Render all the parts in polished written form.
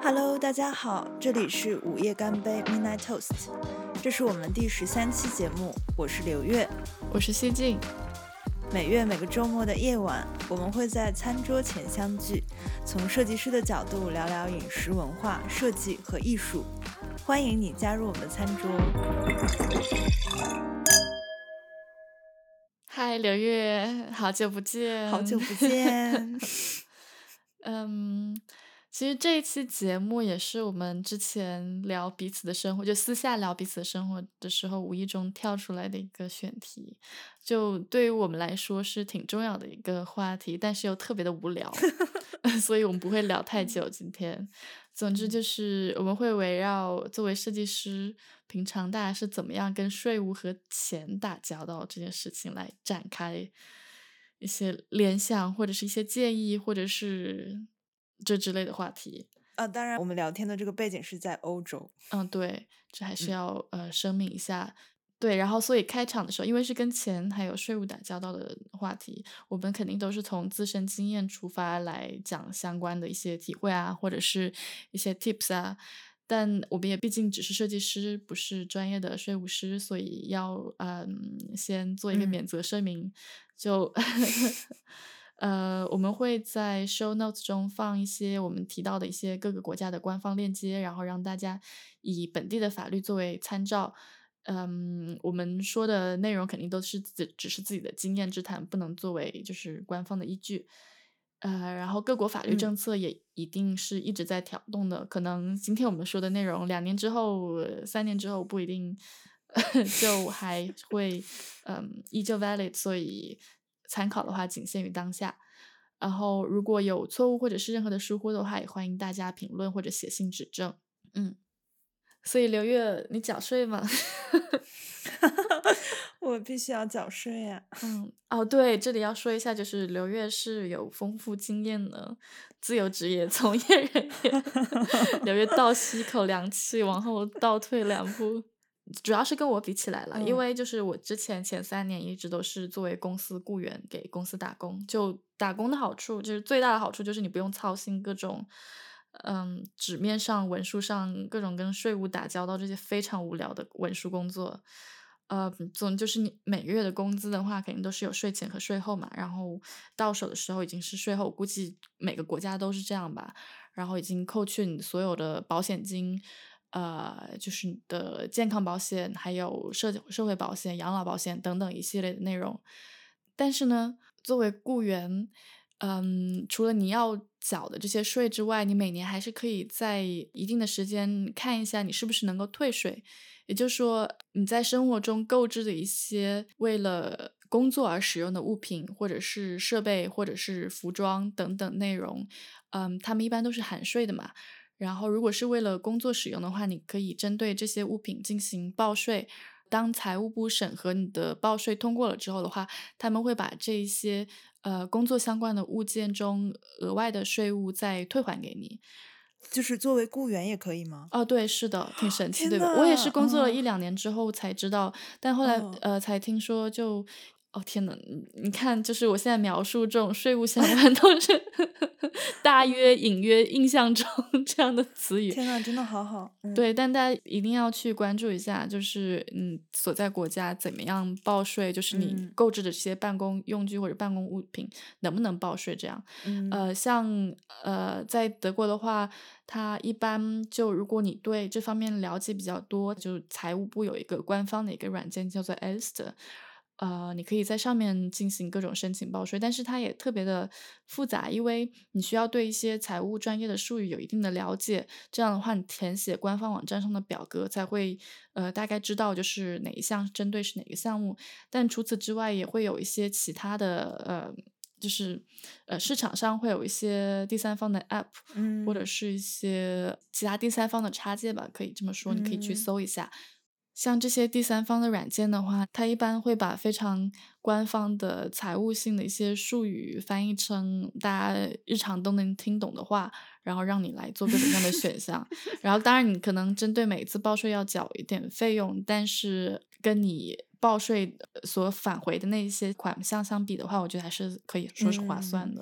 Hello， 大家好，这里是午夜干杯 Midnight Toast， 这是我们第13期节目，我是刘月， 我是西晋。 每月每个周末的夜晚，我们会在餐桌前相聚，从设计师的角度聊聊饮食文化、设计和艺术。欢迎你加入我们的餐桌。 嗨，刘月，好久不见。 好久不见。 其实这一期节目也是我们之前聊彼此的生活，就私下聊彼此的生活的时候，无意中跳出来的一个选题，就对于我们来说是挺重要的一个话题，但是又特别的无聊，所以我们不会聊太久今天。总之就是我们会围绕作为设计师，平常大家是怎么样跟税务和钱打交道这件事情来展开一些联想，或者是一些建议，或者是这之类的话题。 当然我们聊天的这个背景是在欧洲。 对，这还是要声明一下。对，然后所以开场的时候，因为是跟钱还有税务打交道的话题，我们肯定都是从自身经验出发来讲相关的一些体会啊，或者是一些 tips 啊。但我们也毕竟只是设计师，不是专业的税务师，所以要先做一个免责声明。就我们会在 show notes 中放一些我们提到的一些各个国家的官方链接，然后让大家以本地的法律作为参照。我们说的内容肯定都是只是自己的经验之谈，不能作为就是官方的依据。然后各国法律政策也一定是一直在调动的，可能今天我们说的内容2年之后、3年之后不一定就还会依旧 valid， 所以参考的话仅限于当下。然后如果有错误或者是任何的疏忽的话，也欢迎大家评论或者写信指正。所以刘月，你缴税吗？ 我必须要缴税呀。 对，这里要说一下，就是刘月是有丰富经验的自由职业从业人员。刘月倒吸一口凉气，往后倒退2步。主要是跟我比起来了，因为就是我之前前3年一直都是作为公司雇员给公司打工。就打工的好处，就是最大的好处就是你不用操心各种纸面上文书上各种跟税务打交道这些非常无聊的文书工作。总就是你每个月的工资的话，肯定都是有税前和税后嘛，然后到手的时候已经是税后，估计每个国家都是这样吧。然后已经扣去你所有的保险金，就是你的健康保险，还有社会保险、养老保险等等一系列的内容。但是呢，作为雇员，除了你要缴的这些税之外，你每年还是可以在一定的时间看一下你是不是能够退税。也就是说，你在生活中购置的一些为了工作而使用的物品，或者是设备，或者是服装等等内容，他们一般都是含税的嘛。然后，如果是为了工作使用的话，你可以针对这些物品进行报税。当财务部审核你的报税通过了之后的话，他们会把这些工作相关的物件中额外的税务再退还给你。 就是作为雇员也可以吗？ 对，是的，挺神奇，对吧？ 天呐， 我也是工作了1-2年之后才知道，但后来才听说就。天呐，你看，就是我现在描述这种税务相关都是大约、隐约、印象中这样的词语。 天呐，真的好好。 对，但大家一定要去关注一下，就是所在国家怎么样报税，就是你购置的这些办公用具或者办公物品能不能报税这样。像在德国的话，它一般就如果你对这方面了解比较多，就财务部有一个官方的一个软件叫做 Elster。你可以在上面进行各种申请报税，但是它也特别的复杂，因为你需要对一些财务专业的术语有一定的了解，这样的话你填写官方网站上的表格才会大概知道就是哪一项针对是哪个项目。但除此之外也会有一些其他的就是市场上会有一些第三方的 app，或者是一些其他第三方的插件吧，可以这么说，你可以去搜一下。像这些第三方的软件的话，它一般会把非常官方的财务性的一些术语翻译成大家日常都能听懂的话，然后让你来做各种各样的选项。然后当然你可能针对每一次报税要缴一点费用，但是跟你报税所返回的那些款项相比的话，我觉得还是可以说是划算的。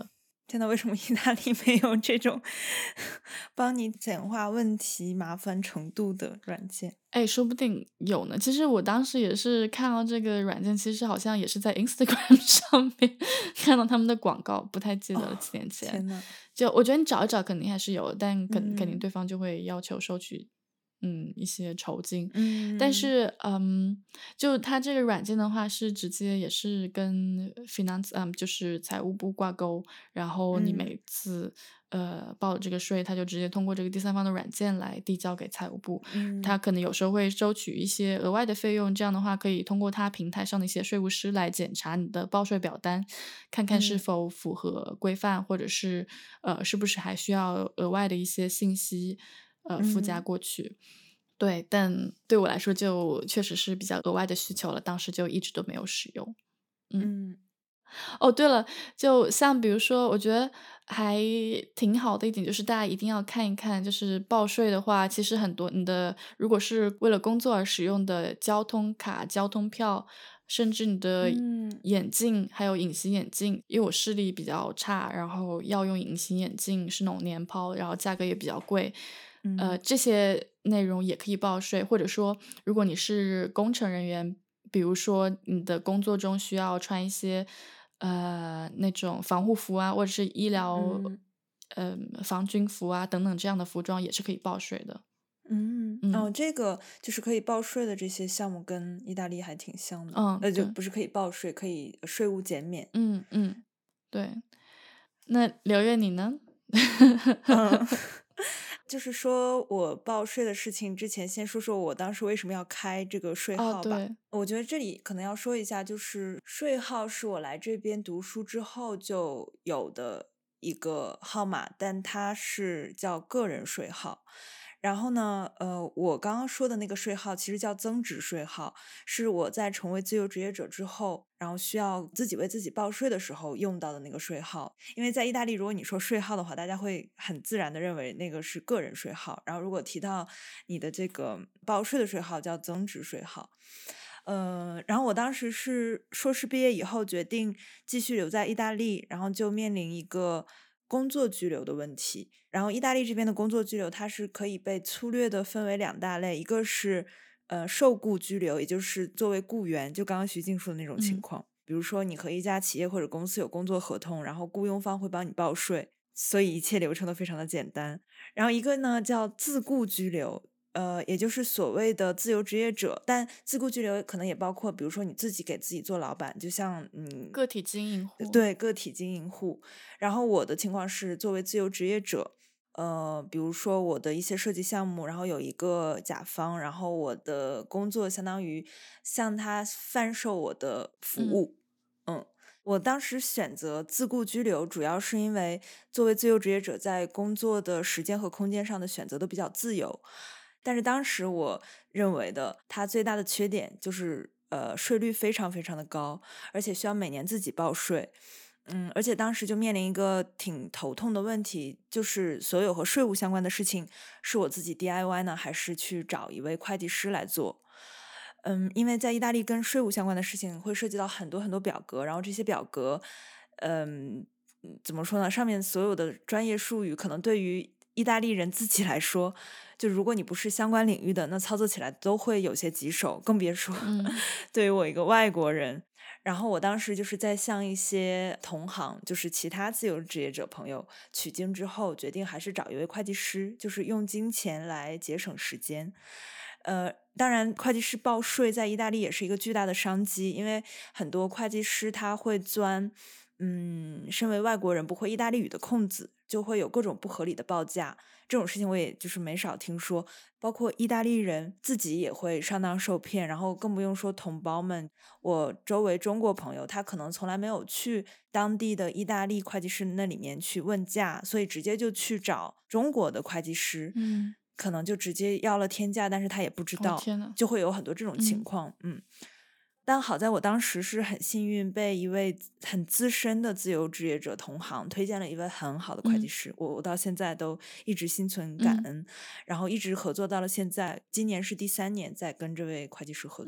天呐，为什么意大利没有这种帮你简化问题麻烦程度的软件？ 哎，说不定有呢。其实我当时也是看到这个软件，其实好像也是在 Instagram 上面看到他们的广告，不太记得了， 哦， 几年前。 天呐， 就我觉得你找一找肯定还是有的，但肯定嗯对方就会要求收取一些酬金。但嗯是就它这个软件的话是直接也是跟 finance 就是财务部挂钩，然后你嗯每次报这个税，它就直接通过这个第三方的软件来递交给财务部。它嗯可能有时候会收取一些额外的费用，这样的话可以通过它平台上的一些税务师来检查你的报税表单，看看是嗯否符合规范，或者是是不是还需要额外的一些信息附加嗯过去。对，但对我来说就确实是比较额外的需求了，当时就一直都没有使用。嗯。 嗯哦，对了，就像比如说，我觉得还挺好的一点就是大家一定要看一看，就是报税的话，其实很多你的如果是为了工作而使用的交通卡、交通票，甚至你的嗯眼镜，还有隐形眼镜，因为我视力比较差，然后要用隐形眼镜是那种年抛，然后价格也比较贵， 嗯这些内容也可以报税，或者说如果你是工程人员。比如说，你的工作中需要穿一些那种防护服啊，或者是医疗嗯防菌服啊等等这样的服装也是可以报税的。 哦， 嗯这个就是可以报税的这些项目跟意大利还挺像的， 嗯，对， 就不是可以报税，可以税务减免。 嗯嗯，对。那刘月你呢？ 嗯，就是说我报税的事情之前，先说说我当时为什么要开这个税哦， 号吧。 对， 我觉得这里可能要说一下，就是税号是我来这边读书之后就有的一个号码，但它是叫个人税号。然后呢，我刚刚说的那个税号其实叫增值税号，是我在成为自由职业者之后，然后需要自己为自己报税的时候用到的那个税号。因为在意大利，如果你说税号的话，大家会很自然的认为那个是个人税号，然后如果提到你的这个报税的税号叫增值税号。然后我当时是硕士毕业以后决定继续留在意大利，然后就面临一个工作居留的问题。然后意大利这边的工作居留，它是可以被粗略的分为两大类，一个是受雇居留，也就是作为雇员，就刚刚徐静说的那种情嗯况。比如说，你和一家企业或者公司有工作合同，然后雇佣方会帮你报税，所以一切流程都非常的简单。然后一个呢叫自雇居留，也就是所谓的自由职业者，但自雇居留可能也包括，比如说你自己给自己做老板，就像个体经营户。 对，个体经营户。然后我的情况是作为自由职业者，比如说我的一些设计项目，然后有一个甲方，然后我的工作相当于向他贩售我的服嗯务。我当时选择自雇居留，主要是因为作为自由职业者，在工作的时间和空间上的选择都比较自由。但是当时我认为的，它最大的缺点就是，税率非常非常的高，而且需要每年自己报税。而且当时就面临一个挺头痛的问题，就是所有和税务相关的事情，是我自己 DIY 呢，还是去找一位会计师来做？因为在意大利跟税务相关的事情会涉及到很多很多表格，然后这些表格，嗯，怎么说呢？上面所有的专业术语，可能对于意大利人自己来说，就如果你不是相关领域的，那操作起来都会有些棘手，更别说嗯对于我一个外国人。然后我当时就是在向一些同行，就是其他自由职业者朋友取经之后，决定还是找一位会计师，就是用金钱来节省时间。当然，会计师报税在意大利也是一个巨大的商机，因为很多会计师他会钻，身为外国人不会意大利语的空子，就会有各种不合理的报价。这种事情我也就是没少听说，包括意大利人自己也会上当受骗，然后更不用说同胞们。我周围中国朋友，他可能从来没有去当地的意大利会计师那里面去问价，所以直接就去找中国的会计师， 嗯， 可能就直接要了天价，但是他也不知道， 哦天呐， 就会有很多这种情嗯况。但好在我当时是很幸运，被一位很资深的自由职业者同行推荐了一位很好的会计嗯师，我到现在都一直心存感嗯恩，然后一直合作到了现在，今年是第3年在跟这位会计师合作。 嗯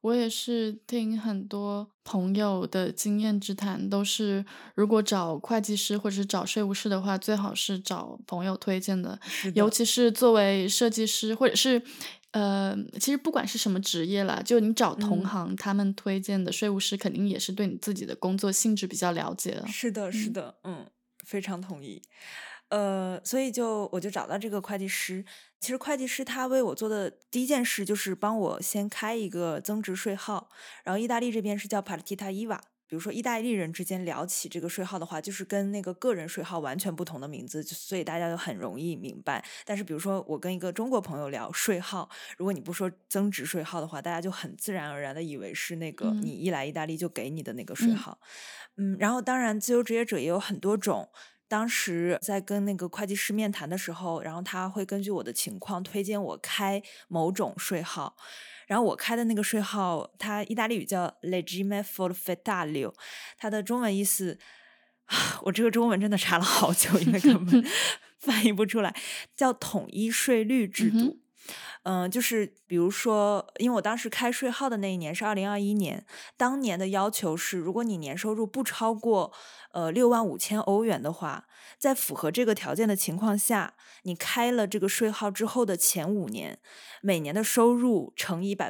我也是听很多朋友的经验之谈，都是如果找会计师或者是找税务师的话，最好是找朋友推荐的， 是的， 尤其是作为设计师或者是。其实不管是什么职业啦，就你找同嗯。 行，他们推荐的税务师肯定也是对你自己的工作性质比较了解的。 是的，是嗯的，非常同意。所以我就找到这个会计师。其实会计师他为我做的第一件事就是帮我先开一个增值税号，然后意大利这边是叫 Partita IVA。比如说意大利人之间聊起这个税号的话，就是跟那个个人税号完全不同的名字，所以大家就很容易明白。但是比如说我跟一个中国朋友聊税号，如果你不说增值税号的话，大家就很自然而然的以为是那个你嗯一来意大利就给你的那个税嗯号。然后当然自由职业者也有很多种。当时在跟那个会计师面谈的时候，然后他会根据我的情况推荐我开某种税号，然后我开的那个税号，它意大利语叫 Regime Forfettario，它的中文意思，我这个中文真的查了好久，因为根本翻译不出来，叫统一税率制度。 嗯哼就是比如说，因为我当时开税号的那一年是2021年，当年的要求是，如果你年收入不超过65000欧元的话，在符合这个条件的情况下，你开了这个税号之后的前5年，每年的收入乘以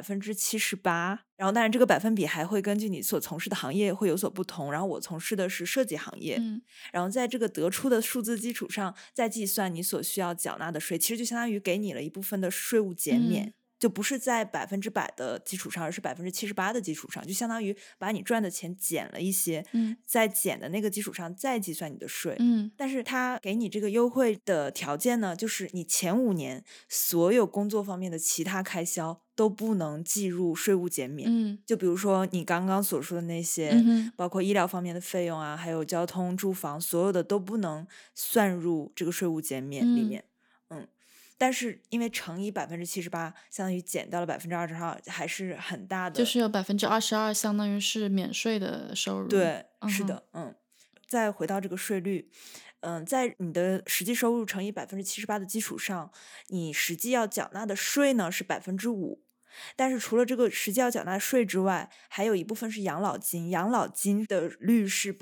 78%，然后当然这个百分比还会根据你所从事的行业会有所不同。然后我从事的是设计行业， 嗯然后在这个得出的数字基础上再计算你所需要缴纳的税，其实就相当于给你了一部分的税务减免。 嗯就不是在100%的基础上，而是78%的基础上，就相当于把你赚的钱减了一些， 嗯在减的那个基础上再计算你的税。 嗯但是他给你这个优惠的条件呢，就是你前5年所有工作方面的其他开销都不能计入税务减免。 嗯就比如说你刚刚所说的那些， 嗯哼包括医疗方面的费用啊，还有交通、住房，所有的都不能算入这个税务减免里嗯面。但是因为乘以78%，相当于减掉了22%，还是很大的。 就是有22%，相当于是免税的收入。 对， 嗯哼， 是的，再回到这个税率，在你的实际收入乘以78%的基础上，你实际要缴纳的税呢是5%。但是除了这个实际要缴纳税之外，还有一部分是养老金，养老金的率是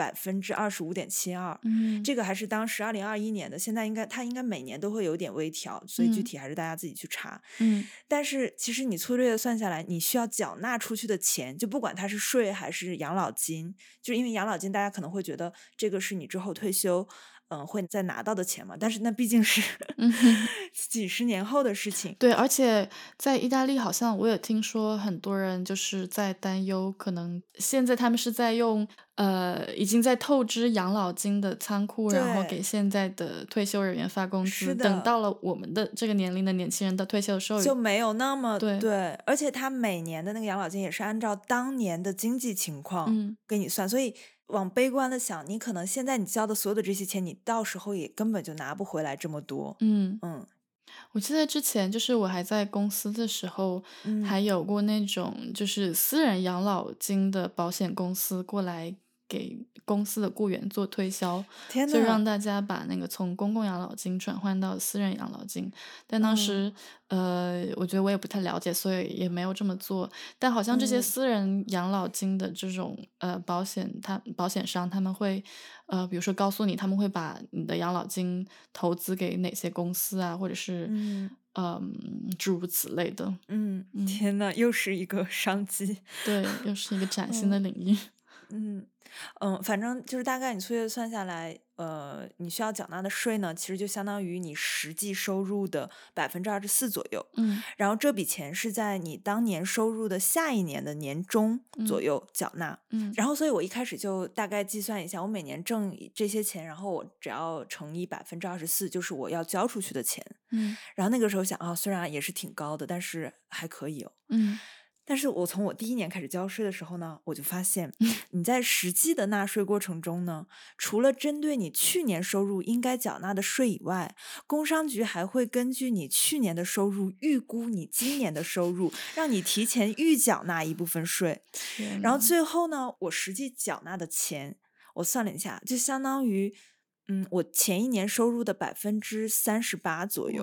25.72%， 嗯这个还是当时2021年的，现在它应该每年都会有点微调，所以具嗯体还是大家自己去查。 嗯但是其实你粗略的算下来，你需要缴纳出去的钱，就不管它是税还是养老金，就因为养老金大家可能会觉得这个是你之后退休，会再拿到的钱嘛，但是那毕竟是嗯哼。 几十年后的事情。 对，而且在意大利，好像我有听说很多人就是在担忧，可能现在他们是在用已经在透支养老金的仓库，然后给对， 现在的退休人员发工资，等是的， 到了我们的这个年龄的年轻人的退休的时候， 就没有那么对， 对，而且他每年的那个养老金也是按照当年的经济情况嗯给你算，所以往悲观的想，你可能现在你交的所有的这些钱，你到时候也根本就拿不回来这么多。 嗯。 嗯我记得之前就是我还在公司的时候， 嗯， 还有过那种就是私人养老金的保险公司过来给公司的雇员做推销，就让天呐， 大家把那个从公共养老金转换到私人养老金。但当嗯时，我觉得我也不太了解，所以也没有这么做。但好像这些嗯私人养老金的这种保险，保险商他们会比如说告诉你他们会把你的养老金投资给哪些公司啊，或者是嗯诸如此类的。嗯， 天呐，又是一个商机。 对，又是一个崭新的嗯领域。 嗯反正就是大概你粗略算下来，你需要缴纳的税呢，其实就相当于你实际收入的24%左右。 嗯然后这笔钱是在你当年收入的下一年的年中左嗯右缴纳。 嗯然后，所以我一开始就大概计算一下，我每年挣这些钱，然后我只要乘以24%，就是我要交出去的钱。 嗯然后那个时候想啊，虽然也是挺高的，但是还可以哦。 嗯但是我从我第一年开始交税的时候呢，我就发现，你在实际的纳税过程中呢，除了针对你去年收入应该缴纳的税以外，工商局还会根据你去年的收入预估你今年的收入，让你提前预缴纳一部分税。然后天呐， 最后呢，我实际缴纳的钱，我算了一下，就相当于，我前一年收入的38%左我右。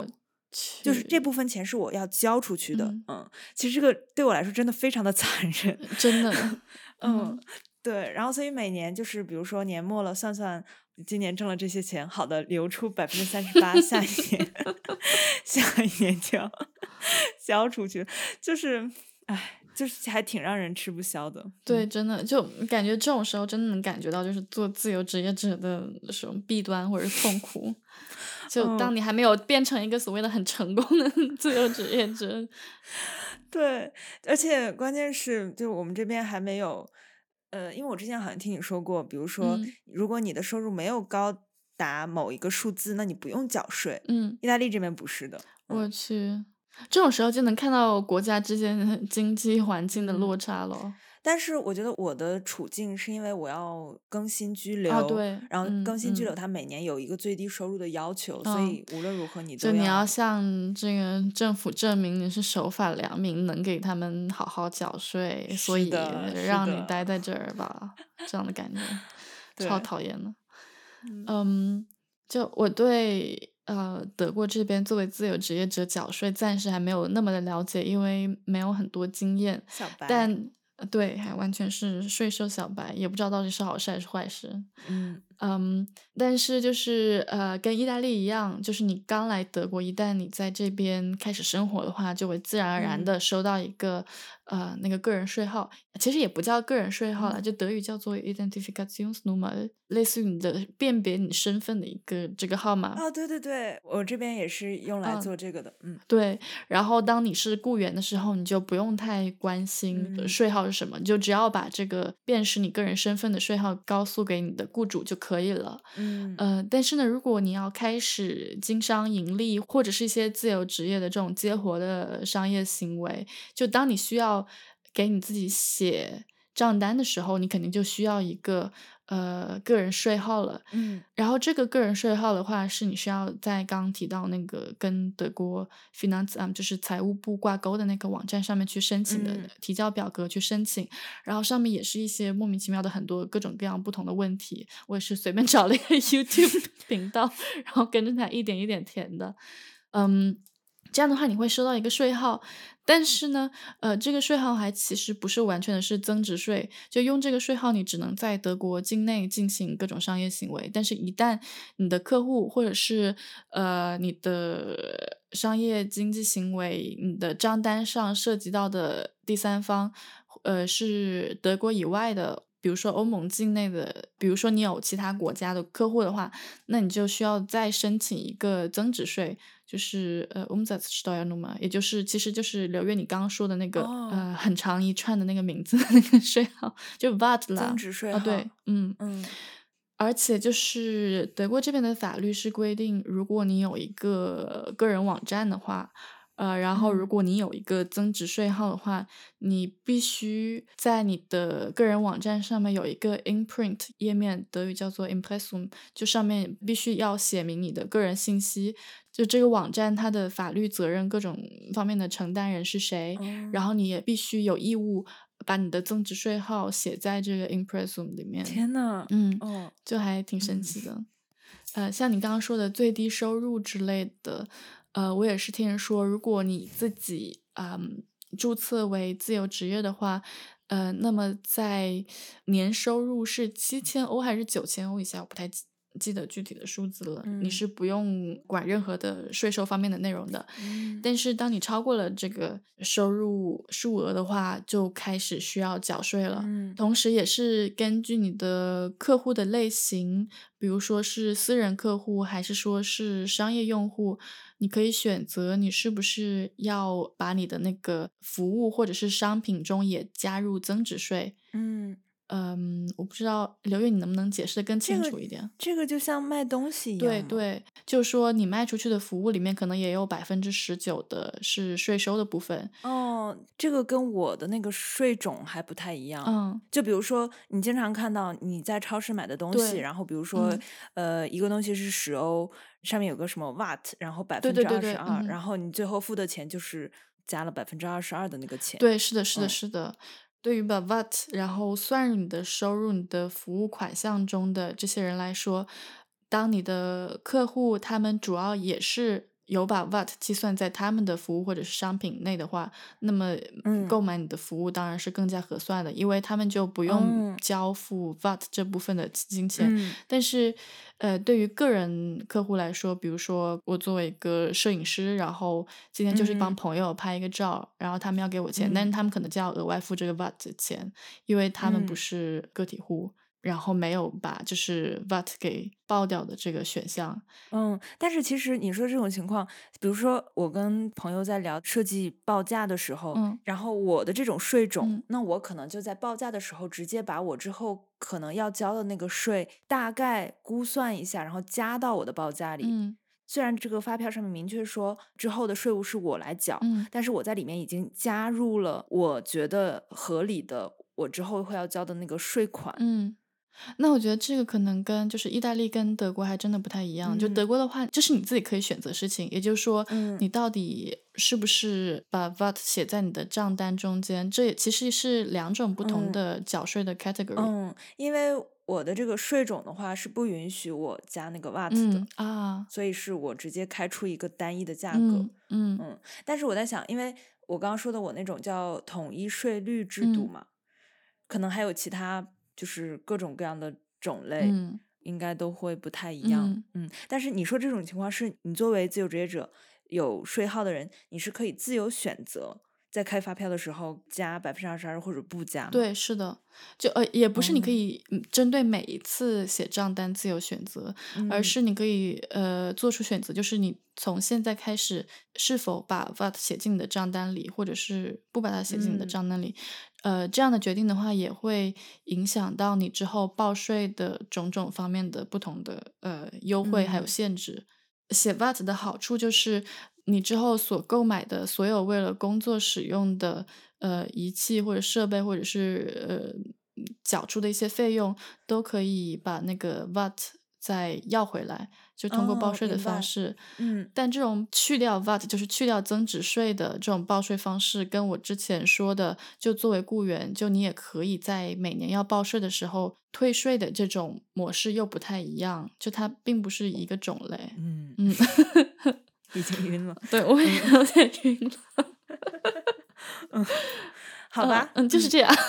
就是这去， 部分钱是我要交出去的。 嗯， 其实这个对我来说真的非常的残忍。 真的， 嗯， 嗯。 对，然后所以每年就是比如说年末了，算算今年挣了这些钱，好的，留出38%，下一年下一年就要交出去，就是哎，就是还挺让人吃不消的。 对，真的就感觉这种时候真的能感觉到，就是做自由职业者的这种弊端或者是痛苦。就嗯， 当你还没有变成一个所谓的很成功的自由职业者， 对，而且关键是，就我们这边还没有，因为我之前好像听你说过，比如说， 嗯如果你的收入没有高达某一个数字，那你不用缴税。 嗯， 意大利这边不是的。 我去，这种时候就能看到国家之间的经济环境的嗯。 落差了。 但是我觉得我的处境是因为我要更新居啊， 留， 对， 然后更新居留嗯嗯它每年有一个最低收入的要求，所嗯， 以无论如何你就你要都要。 向这个政府证明你是守法良民，能给他们好好缴税，所是以的，是让你待的， 在这儿吧，这样的感觉，超对。 讨厌的。 嗯， 嗯，就我对德国这边作为自由职业者缴税暂时还没有那么的了解，因为没有很多经验。 小白。 但对，还完全是税收小白，也不知道到底是好事还是坏事。 嗯嗯，但是就是跟意大利一样，就是你刚来德国，一旦你在这边开始生活的话，就会自然而然嗯的收到一个那个个人税号，其实也不叫个人税号了， 嗯。 就德语叫做 Identifikationsnummer，类似于你的辨别你身份的一个这个号码。 哦，对对对，我这边也是用来嗯， 做这个的。嗯对，然后当你是雇员的时候，你就不用太关心嗯税号是什么，你就只要把这个辨识你个人身份的税号告诉给你的雇主就可以了。 嗯但是呢，如果你要开始经商盈利，或者是一些自由职业的这种接活的商业行为，就当你需要给你自己写账单的时候，你肯定就需要一个个人税号了。 嗯然后这个个人税号的话，是你需要在刚刚提到那个跟德国 Finanzamt 就是财务部挂钩的那个网站上面去申请的， 嗯提交表格去申请。然后上面也是一些莫名其妙的很多各种各样不同的问题，我也是随便找了一个 YouTube 频道，然后跟着它一点一点填的。嗯，这样的话你会收到一个税号，但是呢，这个税号还其实不是完全的是增值税，就用这个税号你只能在德国境内进行各种商业行为，但是一旦你的客户或者是你的商业经济行为，你的账单上涉及到的第三方，是德国以外的。比如说欧盟境内的，比如说你有其他国家的客户的话，那你就需要再申请一个增值税，就是Umsatzsteuernummer，也就是其实就是刘月你刚刚说的那个哦， 很长一串的那个名字的那个税号，就 VAT 啦。 增值税啊，对， 号。 嗯， 嗯而且就是德国这边的法律是规定，如果你有一个个人网站的话，然后如嗯果你有一个增值税号的话，你必须在你的个人网站上面有一个 imprint 页面，德语叫做 Impressum，就上面必须要写明你的个人信息，就这个网站它的法律责任各种方面的承担人是谁，然哦， 后你也必须有义务把你的增值税号写在这个 Impressum 里面。 天呐。 嗯， 哦。 就还挺神嗯奇的。像你刚刚说的最低收入之类的，我也是听人说，如果你自己注册为自由职业的话，那么在年收入是7000欧还是9000欧以下，我不太记得具体的数字了。你嗯是不用管任何的税收方面的内容的， 嗯但是当你超过了这个收入数额的话，就开始需要缴税了。 嗯同时，也是根据你的客户的类型，比如说是私人客户，还是说是商业用户，你可以选择你是不是要把你的那个服务或者是商品中也加入增值税。 嗯。 我不知道刘月你能不能解释的更清这个楚一点？ 这个就像卖东西一样吗？ 对对，就是说你卖出去的服务里面可能也有19%的是税收的部分。 哦，这个跟我的那个税种还不太一样。 嗯， 就比如说，你经常看到你在超市买的东西， 对， 然后比如说， 嗯， 一个东西是10欧，上面有个什么 VAT，然后百分之对对对对， 二十二， 嗯哼。 然后你最后付的钱就是加了22%的那个钱。 对，是的，是的， 嗯是的。对于把 VAT，然后算入你的收入、你的服务款项中的这些人来说，当你的客户他们主要也是有把 VAT 计算在他们的服务或者是商品内的话，那么购买你的服务当然是更加合算的，因为他们就不用交付 VAT 这部分的金钱。但是对于个人客户来说，比如说我作为一个摄影师，然后今天就是一帮朋友拍一个照，然后他们要给我钱，但是他们可能就要额外付这个 VAT 的钱，因为他们不是个体户。然后没有把就是 VAT 给报掉的这个选项。 但是其实你说这种情况，比如说我跟朋友在聊设计报价的时候，然后我的这种税种，那我可能就在报价的时候直接把我之后可能要交的那个税大概估算一下，然后加到我的报价里。虽然这个发票上面明确说之后的税务是我来缴，但是我在里面已经加入了我觉得合理的我之后会要交的那个税款。 那我觉得这个可能跟就是意大利跟德国还真的不太一样。就德国的话，这是你自己可以选择事情，也就是说，你到底是不是把 VAT 写在你的账单中间，这也其实是两种不同的缴税的 category。 因为我的这个税种的话是不允许我加那个 VAT 的，所以是我直接开出一个单一的价格。但是我在想，因为我刚刚说的我那种叫统一税率制度嘛，可能还有其他就是各种各样的种类，应该都会不太一样。但是你说这种情况是你作为自由职业者有税号的人，你是可以自由选择在开发票的时候加22%或者不加吗？ 对，是的，就也不是你可以针对每一次写账单自由选择，而是你可以做出选择，就是你从现在开始是否把 VAT 写进你的账单里，或者是不把它写进你的账单里。这样的决定的话，也会影响到你之后报税的种种方面的不同的优惠还有限制。写 VAT 的好处就是你之后所购买的所有为了工作使用的仪器或者设备，或者是缴出的一些费用，都可以把那个 VAT 再要回来，就通过报税的方式。但这种去掉 VAT 就是去掉增值税的这种报税方式，跟我之前说的就作为雇员，就你也可以在每年要报税的时候退税的这种模式又不太一样，就它并不是一个种类。 已经晕了。 对，我也有点晕了。 好吧， 就是这样。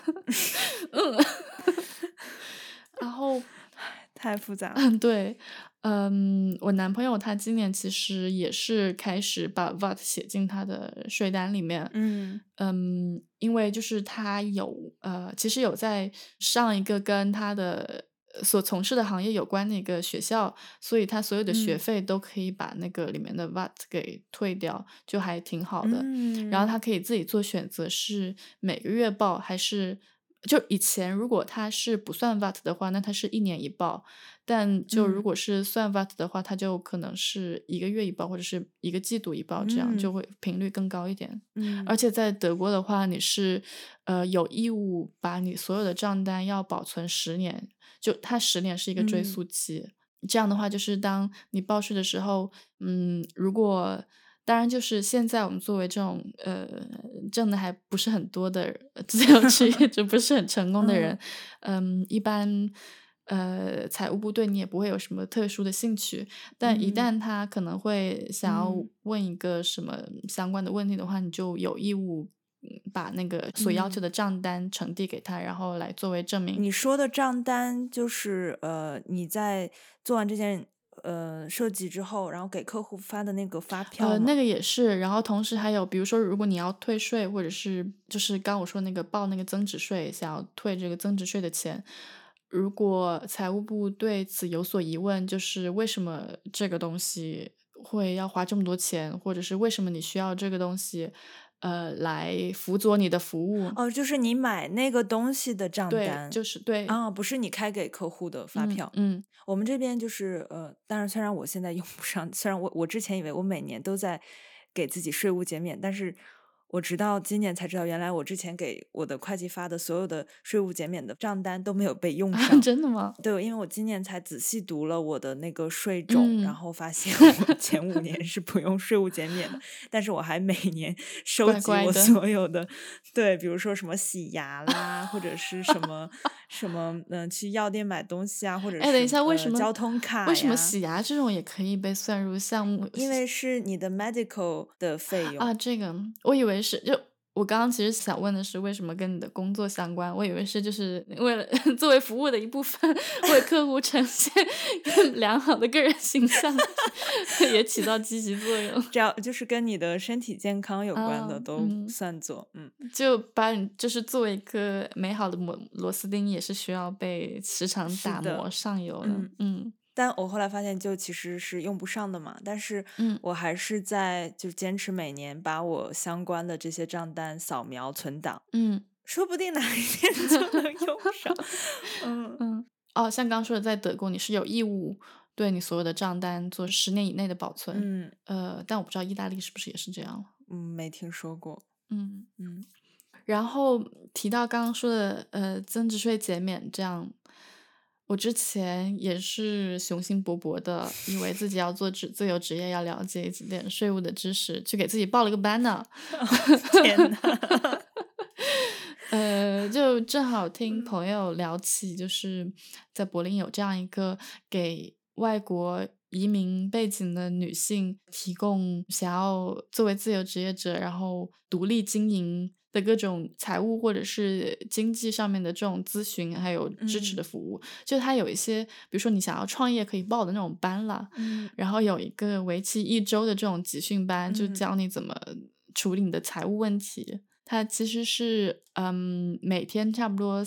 然后太复杂了。对，我男朋友他今年其实也是开始把 VAT 写进他的税单里面。因为就是他其实有在上一个跟他的所从事的行业有关的一个学校，所以他所有的学费都可以把那个里面的 VAT 给退掉，就还挺好的。然后他可以自己做选择，是每个月报还是就以前如果他是不算 VAT 的话，那他是1年一报，但就如果是算 VAT 的话，他就可能是1个月一报，或者是1个季度一报，这样就会频率更高一点。而且在德国的话，你是有义务把你所有的账单要保存10年，就它10年是一个追溯期。这样的话，就是当你报税的时候，如果当然就是现在我们作为这种挣的还不是很多的自由职业者，不是很成功的人，一般财务部对你也不会有什么特殊的兴趣。但一旦他可能会想要问一个什么相关的问题的话，你就有义务把那个所要求的账单呈递给他，然后来作为证明。 你说的账单就是你在做完这件设计之后，然后给客户发的那个发票吗？ 那个也是，然后同时还有比如说如果你要退税，或者是就是刚我说那个报那个增值税，想要退这个增值税的钱，如果财务部对此有所疑问，就是为什么这个东西会要花这么多钱，或者是为什么你需要这个东西来辅佐你的服务。 就是你买那个东西的账单。 对，就是对不是你开给客户的发票。我们这边就是当然虽然我现在用不上，虽然我之前以为我每年都在给自己税务减免，但是我直到今年才知道，原来我之前给我的会计发的所有的税务减免的账单都没有被用上。 真的吗？ 对，因为我今年才仔细读了我的那个税种，然后发现我前5年是不用税务减免的，但是我还每年收集我乖乖的所有的，对，比如说什么洗牙啦，或者是什么去药店买东西啊，或者哎，等一是下，为什么交通卡呀， 洗牙这种也可以被算入项目？ 因为是你的 medical 的费用啊，这个我以为是我刚刚其实想问的是为什么跟你的工作相关，我以为是就是为了作为服务的一部分，为客户呈现更良好的个人形象，也起到积极作用。 只要就是跟你的身体健康有关的都嗯， 算作， 就把你就是作为一个美好的螺丝钉，也是需要被时常打是的磨上油的。 但我后来发现就其实是用不上的嘛，但是我还是就坚持每年把我相关的这些账单扫描存档，说不定哪一天就能用上。 哦，像刚说的，在德国你是有义务对你所有的账单做10年以内的保存。但我不知道意大利是不是也是这样。 没听说过。 然后提到刚刚说的增值税减免，这样我之前也是雄心勃勃的，以为自己要做自由职业，要了解一点税务的知识，去给自己报了个班呢。 天哪！ 就正好听朋友聊起，就是在柏林有这样一个给外国移民背景的女性提供想要作为自由职业者，然后独立经营的各种财务或者是经济上面的这种咨询还有支持的服务。就它有一些比如说你想要创业可以报的那种班啦，然后有一个为期1周的这种集训班，就教你怎么处理你的财务问题。它其实是每天差不多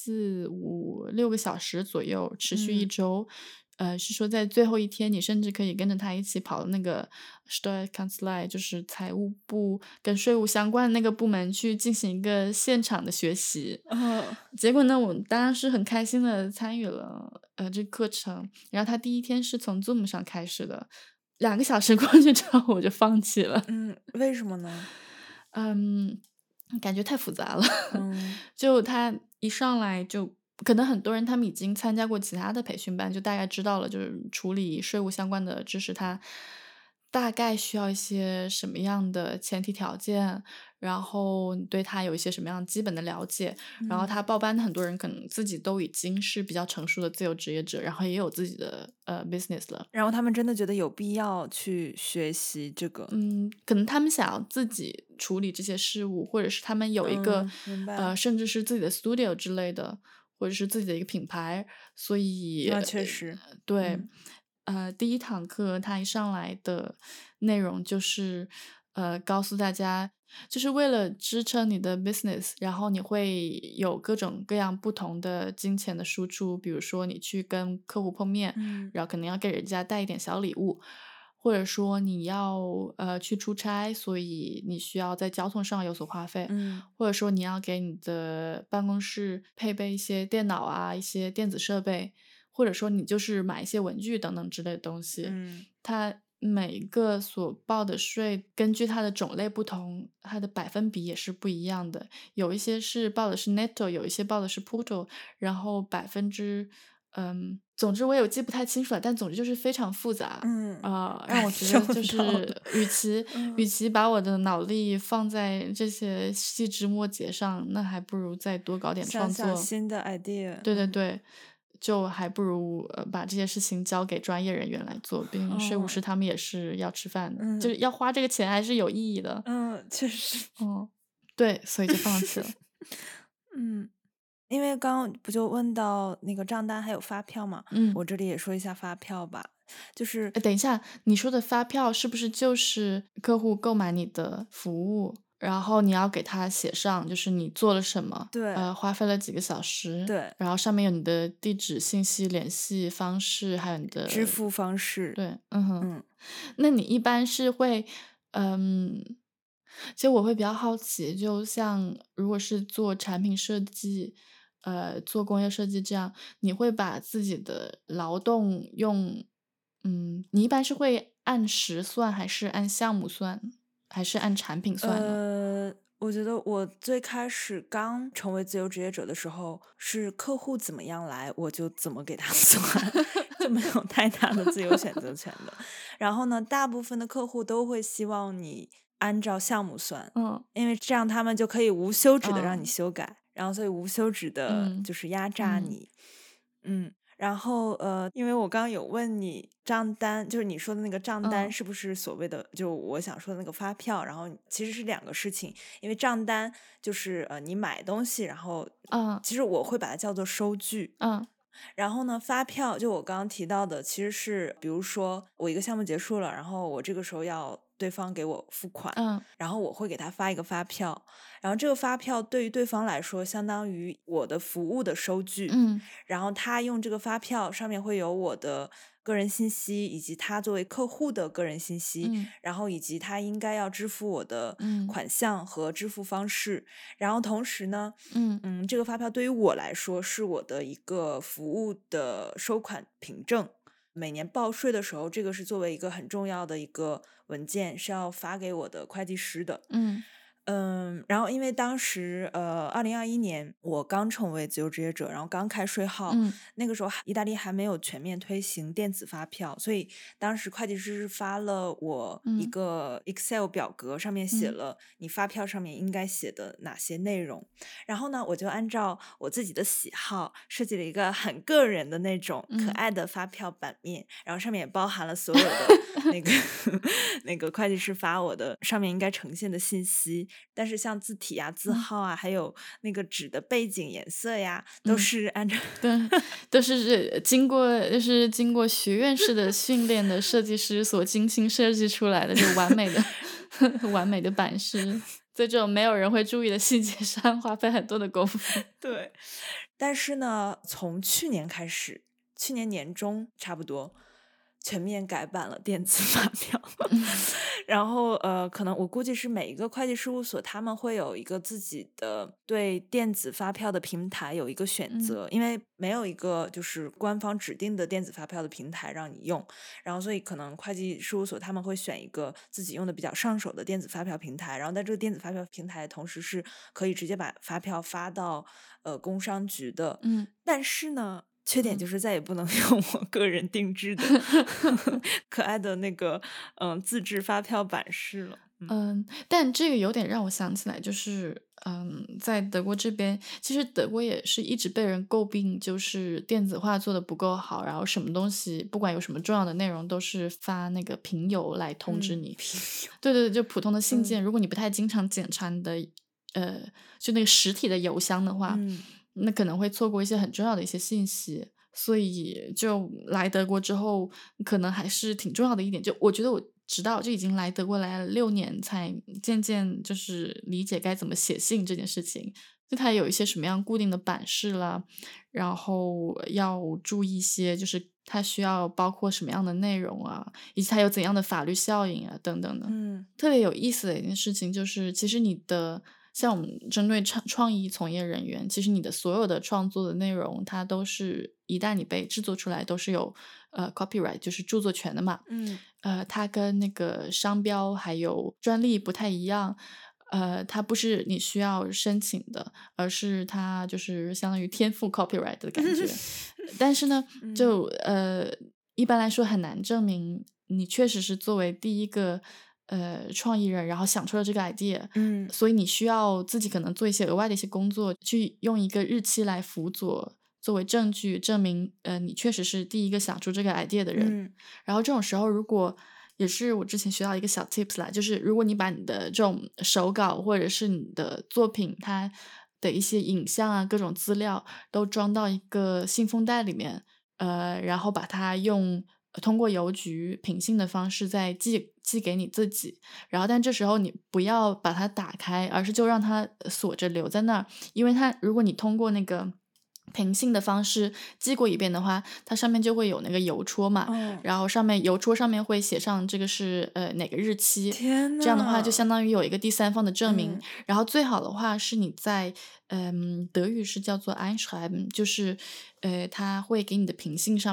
3、4、5、6个小时左右，持续1周。是说在最后一天，你甚至可以跟着他一起跑那个 Steuerkanzlei，就是财务部跟税务相关的那个部门去进行一个现场的学习。结果呢，我当然是很开心的参与了这个课程。然后他第一天是从 Zoom 上开始的，2个小时过去之后我就放弃了。 为什么呢？ 感觉太复杂了。就他一上来就可能很多人他们已经参加过其他的培训班，就大概知道了就是处理税务相关的知识，他大概需要一些什么样的前提条件，然后你对他有一些什么样基本的了解。然后他报班的很多人可能自己都已经是比较成熟的自由职业者，然后也有自己的business 了。 然后他们真的觉得有必要去学习这个。 可能他们想要自己处理这些事务，或者是他们有一个甚至是自己的 studio 之类的，或者是自己的一个品牌，所以那确实对。第一堂课他一上来的内容就是告诉大家，就是为了支撑你的 business， 然后你会有各种各样不同的金钱的输出，比如说你去跟客户碰面，然后可能要给人家带一点小礼物，或者说你要去出差，所以你需要在交通上有所花费，或者说你要给你的办公室配备一些电脑啊，一些电子设备，或者说你就是买一些文具等等之类的东西。它每一个所报的税根据它的种类不同，它的百分比也是不一样的，有一些是报的是 netto， 有一些报的是 brutto， 然后总之我也记不太清楚了，但总之就是非常复杂。让我觉得就是与其把我的脑力放在这些细枝末节上，那还不如再多搞点创作， 想新的 idea。 对对对，就还不如把这些事情交给专业人员来做，毕竟税务师他们也是要吃饭的，就是要花这个钱还是有意义的。 确实。 对，所以就放弃了。 因为刚刚不就问到那个账单还有发票嘛，我这里也说一下发票吧。就是等一下，你说的发票是不是就是客户购买你的服务，然后你要给他写上就是你做了什么， 对， 花费了几个小时， 对， 然后上面有你的地址信息、联系方式，还有你的支付方式。 对，那你一般是会其实我会比较好奇，就像如果是做产品设计做工业设计这样，你会把自己的劳动你一般是会按时算还是按项目算？ 还是按产品算呢？ 我觉得我最开始刚成为自由职业者的时候，是客户怎么样来，我就怎么给他算，就没有太大的自由选择权的。然后呢，大部分的客户都会希望你按照项目算， 嗯因为这样他们就可以无休止的让你嗯修改，然后所以无休止的嗯就是压榨嗯你。然后因为我刚刚有问你账单，就是你说的那个账单嗯是不是所谓的，就我想说的那个发票，然后其实是两个事情，因为账单就是你买东西，然后嗯其实我会把它叫做收据， 嗯然后呢，发票就我刚刚提到的，其实是比如说我一个项目结束了，然后我这个时候要对方给我付款， 嗯然后我会给他发一个发票，然后这个发票对于对方来说相当于我的服务的收据， 嗯然后他用这个发票上面会有我的个人信息，以及他作为客户的个人信息， 嗯然后以及他应该要支付我的嗯款项和支付方式，然后同时呢， 嗯这个发票对于我来说是我的一个服务的收款凭证。每年报税的时候，这个是作为一个很重要的一个文件，是要发给我的会计师的。 嗯然后因为当时2021年我刚成为自由职业者，然后刚开税号， 嗯那个时候意大利还没有全面推行电子发票，所以当时会计师是发了我一嗯个 Excel 表格，上面写嗯了你发票上面应该写的哪些内容。然后呢，我就按照我自己的喜好设计了一个很个人的那种可爱的发票版面，然后上面也包含了所有的那个那个会计师发我的上面应该呈现的信息。但是像字体啊、字号啊，还有那个纸的背景颜色呀，都是按照对，都是经过学院式的训练的设计师所精心设计出来的，就完美的完美的版式，在这种没有人会注意的细节上花费很多的功夫。 对。但是呢，从去年开始，去年年中差不多全面改版了电子发票，然后可能我估计是每一个会计事务所他们会有一个自己的对电子发票的平台有一个选择，因为没有一个就是官方指定的电子发票的平台让你用，然后所以可能会计事务所他们会选一个自己用的比较上手的电子发票平台，然后在这个电子发票平台同时是可以直接把发票发到工商局的，但是呢，缺点就是再也不能用我个人定制的可爱的那个自制发票版式了。 但这个有点让我想起来，就是在德国这边，其实德国也是一直被人诟病，就是电子化做的不够好，然后什么东西不管有什么重要的内容，都是发那个平邮来通知你。对对对，就普通的信件，如果你不太经常检查你的就那个实体的邮箱的话，那可能会错过一些很重要的一些信息。所以就来德国之后，可能还是挺重要的一点。就我觉得我直到就已经来德国来了6年，才渐渐就是理解该怎么写信这件事情。就它有一些什么样固定的版式啦，然后要注意一些，就是它需要包括什么样的内容啊，以及它有怎样的法律效应啊等等的。特别有意思的一件事情就是，其实你的像我们针对创意从业人员，其实你的所有的创作的内容，它都是一旦你被制作出来，都是有copyright，就是著作权的嘛。它跟那个商标还有专利不太一样。它不是你需要申请的，而是它就是相当于天赋 copyright 的感觉。但是呢，就一般来说很难证明你确实是作为第一个创意人，然后想出了这个 idea，所以你需要自己可能做一些额外的一些工作，去用一个日期来辅佐作为证据，证明你确实是第一个想出这个 idea 的人。然后这种时候，如果也是我之前学到一个小 tips 啦，就是如果你把你的这种手稿或者是你的作品它的一些影像啊各种资料都装到一个信封袋里面，然后把它通过邮局品信的方式再寄给你自己，然后但这时候你不要把它打开，而是就让它锁着留在那儿，因为如果你通过那个平信的方式寄过一遍的话，它上面就会有那个邮戳嘛，然后邮戳上面会写上这个是哪个日期， 天呐， 这样的话就相当于有一个第三方的证明。然后最好的话是你在德语是叫做 einschreiben，就是它会给你的平信上面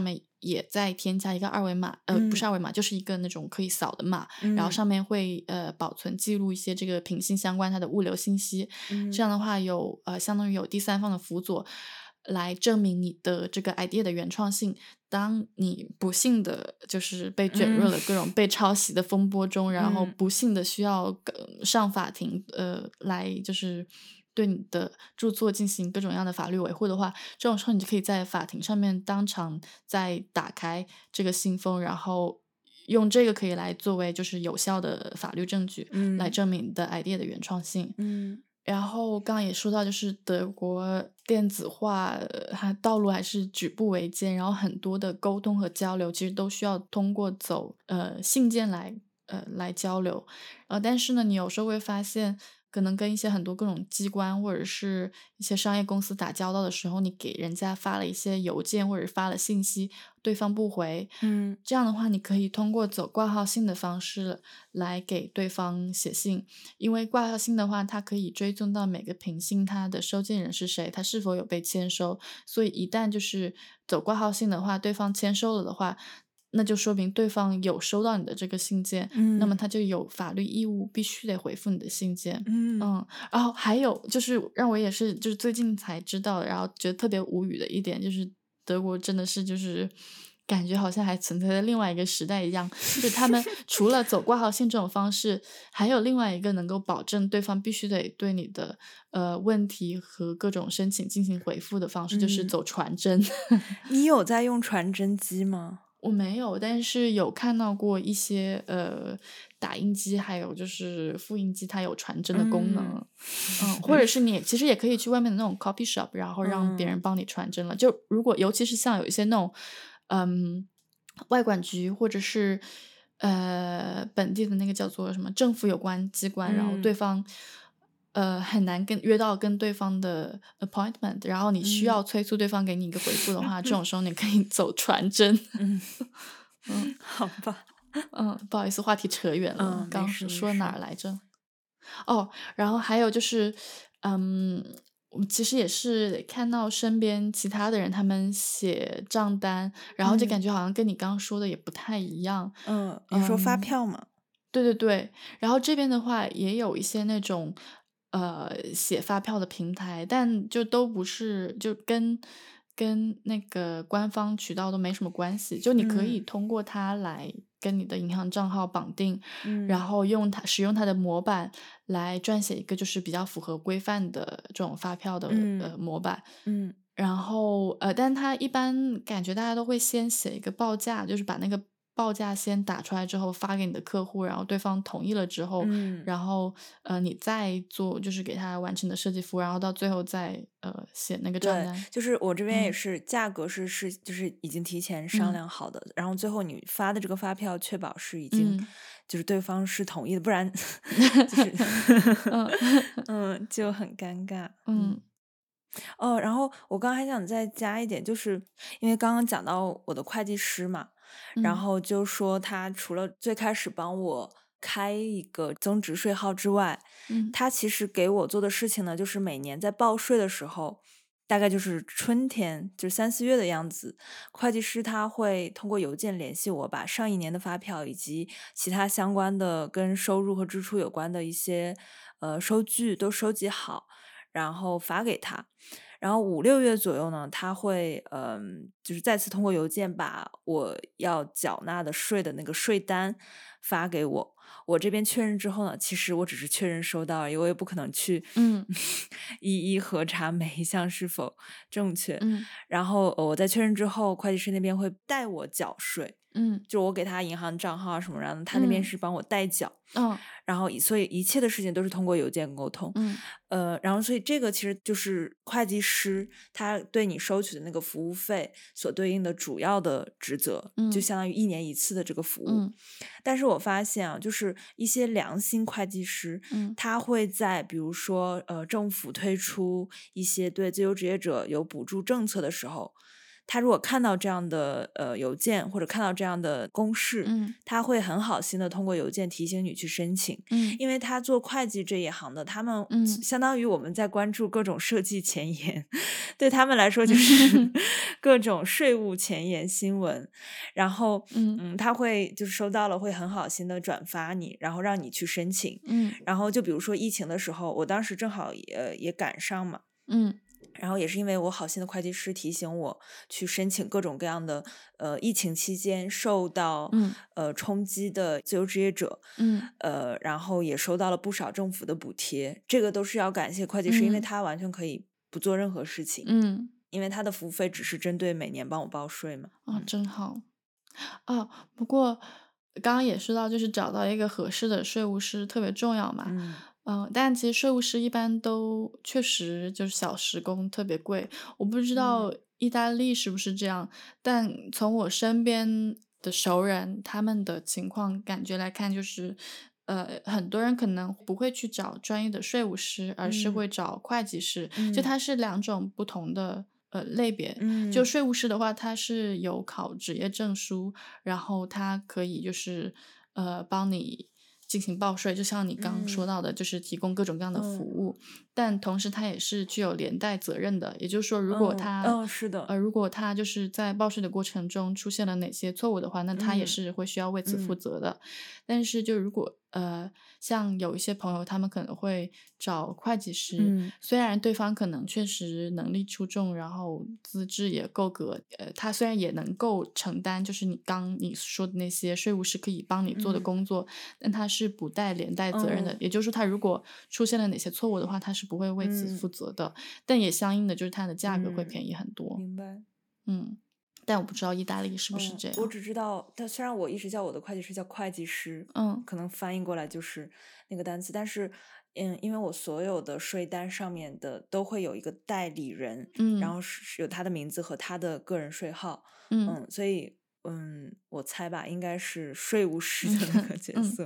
也再添加一个二维码，不是二维码，就是一个那种可以扫的码，然后上面会保存记录一些这个品性相关它的物流信息，这样的话有相当于有第三方的辅佐来证明你的这个 idea 的原创性。当你不幸的就是被卷入了各种被抄袭的风波中，然后不幸的需要上法庭来就是对你的著作进行各种各样的法律维护的话，这种时候你就可以在法庭上面当场再打开这个信封，然后用这个可以来作为就是有效的法律证据，来证明你的 idea 的原创性。然后刚刚也说到，就是德国电子化它道路还是举步维艰，然后很多的沟通和交流其实都需要通过走信件来交流。但是呢，你有时候会发现，可能跟一些很多各种机关或者是一些商业公司打交道的时候，你给人家发了一些邮件或者发了信息，对方不回，这样的话你可以通过走挂号信的方式来给对方写信，因为挂号信的话，它可以追踪到每个品信它的收件人是谁，它是否有被签收，所以一旦就是走挂号信的话，对方签收了的话，那就说明对方有收到你的这个信件，那么他就有法律义务必须得回复你的信件。然后还有就是让我也是就是最近才知道，然后觉得特别无语的一点，就是德国真的是就是感觉好像还存在在另外一个时代一样，就是他们除了走挂号信这种方式，还有另外一个能够保证对方必须得对你的问题和各种申请进行回复的方式，就是走传真。 你有在用传真机吗？ 我没有，但是有看到过一些打印机，还有就是复印机，它有传真的功能。或者是你其实也可以去外面的那种 copy shop，然后让别人帮你传真了。就如果尤其是像有一些那种外管局或者是本地的那个叫做什么政府有关机关，然后对方很难约到跟对方的 appointment， 然后你需要催促对方给你一个回复的话，这种时候你可以走传真。 好吧。 不好意思，话题扯远了，刚说哪儿来着？然后还有就是我们其实也是看到身边其他的人他们写账单，然后就感觉好像跟你刚刚说的也不太一样。 你说发票吗？ 对对对，然后这边的话也有一些那种写发票的平台，但就都不是就跟那个官方渠道都没什么关系，就你可以通过它来跟你的银行账号绑定，然后使用它的模板来撰写一个就是比较符合规范的这种发票的模板。然后但它一般感觉大家都会先写一个报价，就是把那个报价先打出来之后发给你的客户，然后对方同意了之后，然后你再做就是给他完成的设计服务，然后到最后再写那个账单。 对，就是我这边也是价格是就是已经提前商量好的，然后最后你发的这个发票确保是已经就是对方是同意的，不然就是就很尴尬。然后我刚刚还想再加一点，就是因为刚刚讲到我的会计师嘛，然后就说他除了最开始帮我开一个增值税号之外，他其实给我做的事情呢，就是每年在报税的时候，大概就是春天，就是3、4月的样子，会计师他会通过邮件联系我，把上一年的发票以及其他相关的跟收入和支出有关的一些收据都收集好，然后发给他。然后5、6月左右呢，他会就是再次通过邮件把我要缴纳的税的那个税单发给我。我这边确认之后呢，其实我只是确认收到而已，我也不可能去一一核查每一项是否正确。然后我在确认之后，会计师那边会代我缴税。就我给他银行账号什么，然后他那边是帮我代缴。然后所以一切的事情都是通过邮件沟通。然后所以这个其实就是会计师他对你收取的那个服务费所对应的主要的职责，就相当于1年1次的这个服务。但是我发现啊，就是一些良心会计师，他会在比如说政府推出一些对自由职业者有补助政策的时候， 他如果看到这样的邮件或者看到这样的公示，他会很好心的通过邮件提醒你去申请。因为他做会计这一行的，他们相当于我们在关注各种设计前沿，对他们来说就是各种税务前沿新闻，然后他会就是收到了会很好心的转发你，然后让你去申请。然后就比如说疫情的时候，我当时正好也赶上嘛。然后也是因为我好心的会计师提醒我去申请各种各样的疫情期间受到冲击的自由职业者，然后也收到了不少政府的补贴，这个都是要感谢会计师，因为他完全可以不做任何事情，因为他的服务费只是针对每年帮我报税嘛。 真好不过刚刚也说到就是找到一个合适的税务师特别重要嘛。但其实税务师一般都确实就是小时工特别贵，我不知道意大利是不是这样，但从我身边的熟人他们的情况感觉来看，就是很多人可能不会去找专业的税务师，而是会找会计师，就它是两种不同的类别。就税务师的话，他是有考职业证书，然后他可以就是帮你进行报税，就像你刚刚说到的，就是提供各种各样的服务，但同时它也是具有连带责任的。也就是说，如果他是的， 如果他就是在报税的过程中出现了哪些错误的话，那他也是会需要为此负责的。但是就如果像有一些朋友，他们可能会找会计师，虽然对方可能确实能力出众，然后资质也够格，他虽然也能够承担就是你说的那些税务师可以帮你做的工作，但他是不带连带责任的。也就是说，他如果出现了哪些错误的话，他是不会为此负责的。但也相应的就是它的价格会便宜很多。 明白。 但我不知道意大利是不是这样。 我只知道，但虽然我一直叫我的会计师叫会计师，可能翻译过来就是那个单词，但是因为我所有的税单上面的都会有一个代理人，然后是有他的名字和他的个人税号，所以我猜吧，应该是税务师的那个角色。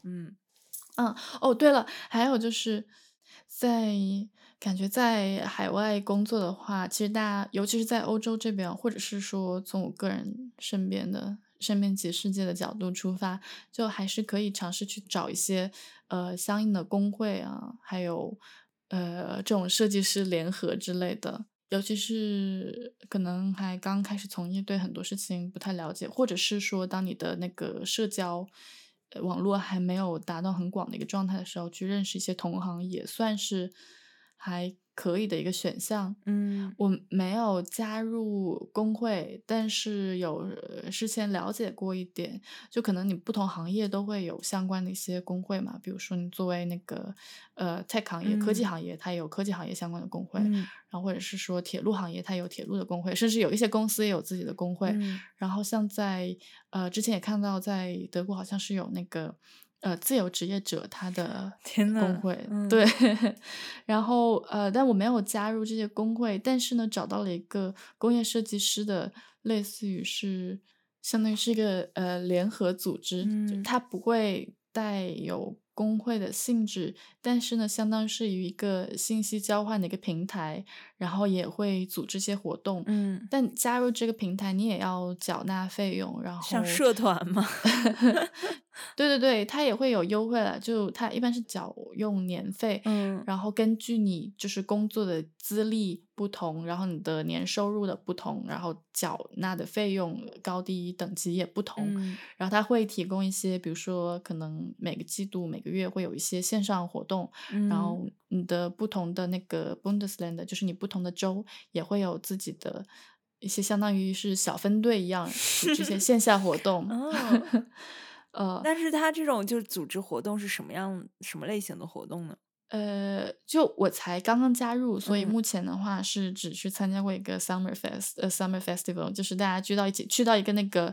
对了，还有就是感觉在海外工作的话，其实大家尤其是在欧洲这边，或者是说从我个人身边及世界的角度出发，就还是可以尝试去找一些相应的工会啊，还有这种设计师联合之类的。尤其是可能还刚开始从业，对很多事情不太了解，或者是说当你的那个社交网络还没有达到很广的一个状态的时候，去认识一些同行也算是还可以的一个选项。我没有加入工会，但是有事前了解过一点，就可能你不同行业都会有相关的一些工会嘛，比如说你作为那个tech 行业、科技行业，它有科技行业相关的工会，然后或者是说铁路行业，它有铁路的工会，甚至有一些公司也有自己的工会。然后像在之前也看到在德国好像是有那个自由职业者他的工会，对，然后但我没有加入这些工会，但是呢找到了一个工业设计师的，类似于是相当于是一个联合组织，就它不会带有工会的性质，但是呢相当是于一个信息交换的一个平台，然后也会组织一些活动。但加入这个平台你也要缴纳费用，然后像社团吗？ 对，它也会有优惠了，就它一般是缴用年费，然后根据你就是工作的资历不同，然后你的年收入的不同，然后缴纳的费用高低等级也不同，然后它会提供一些，比如说可能每个季度每个月会有一些线上活动，然后你的不同的那个 Bundesland， 就是你不同的州也会有自己的一些相当于是小分队一样组织一些线下活动。 但是他这种就是组织活动是什么类型的活动呢？ 就我才刚刚加入，所以目前的话是只去参加过一个 Summer Festival， 就是大家聚到一起去到一个那个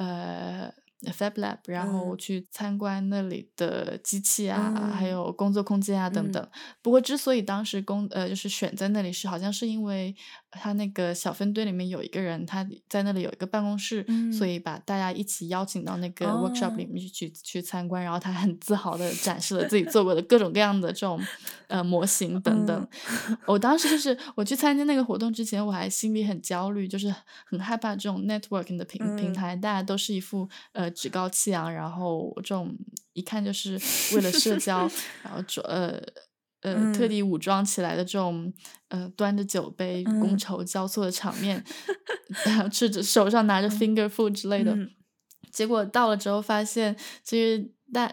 Fab Lab， 然后去参观那里的机器啊，还有工作空间啊等等。不过之所以当时就是选在那里是好像是因为他那个小分队里面有一个人，他在那里有一个办公室，所以把大家一起邀请到那个 workshop 里面去参观，然后他很自豪的展示了自己做过的各种各样的这种模型等等。我当时就是我去参加那个活动之前，我还心里很焦虑，就是很害怕这种 networking 的平台，大家都是一副趾高气扬，然后这种一看就是为了社交，然后特地武装起来的这种端着酒杯觥筹交错的场面，然后手上拿着 finger food 之类的，结果到了之后发现，其实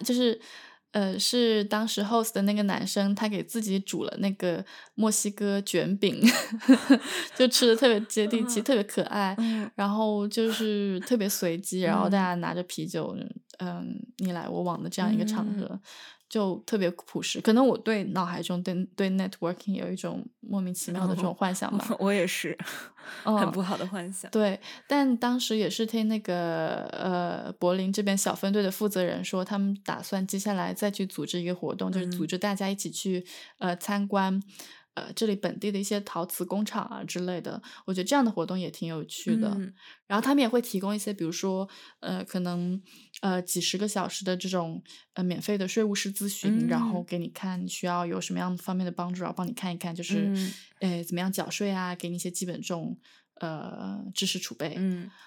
是当时 host 的那个男生，他给自己煮了那个墨西哥卷饼，就吃的特别接地气，特别可爱，然后就是特别随机，然后大家拿着啤酒，你来我往的这样一个场合。就特别朴实，可能我脑海中对 networking 有一种莫名其妙的这种幻想吧。 我也是，很不好的幻想。 对，但当时也是听那个柏林这边小分队的负责人说，他们打算接下来再去组织一个活动，就是组织大家一起去参观这里本地的一些陶瓷工厂啊之类的。我觉得这样的活动也挺有趣的。然后他们也会提供一些，比如说可能几十个小时的这种免费的税务师咨询，然后给你看你需要有什么样方面的帮助，然后帮你看一看，就是怎么样缴税啊，给你一些基本这种知识储备。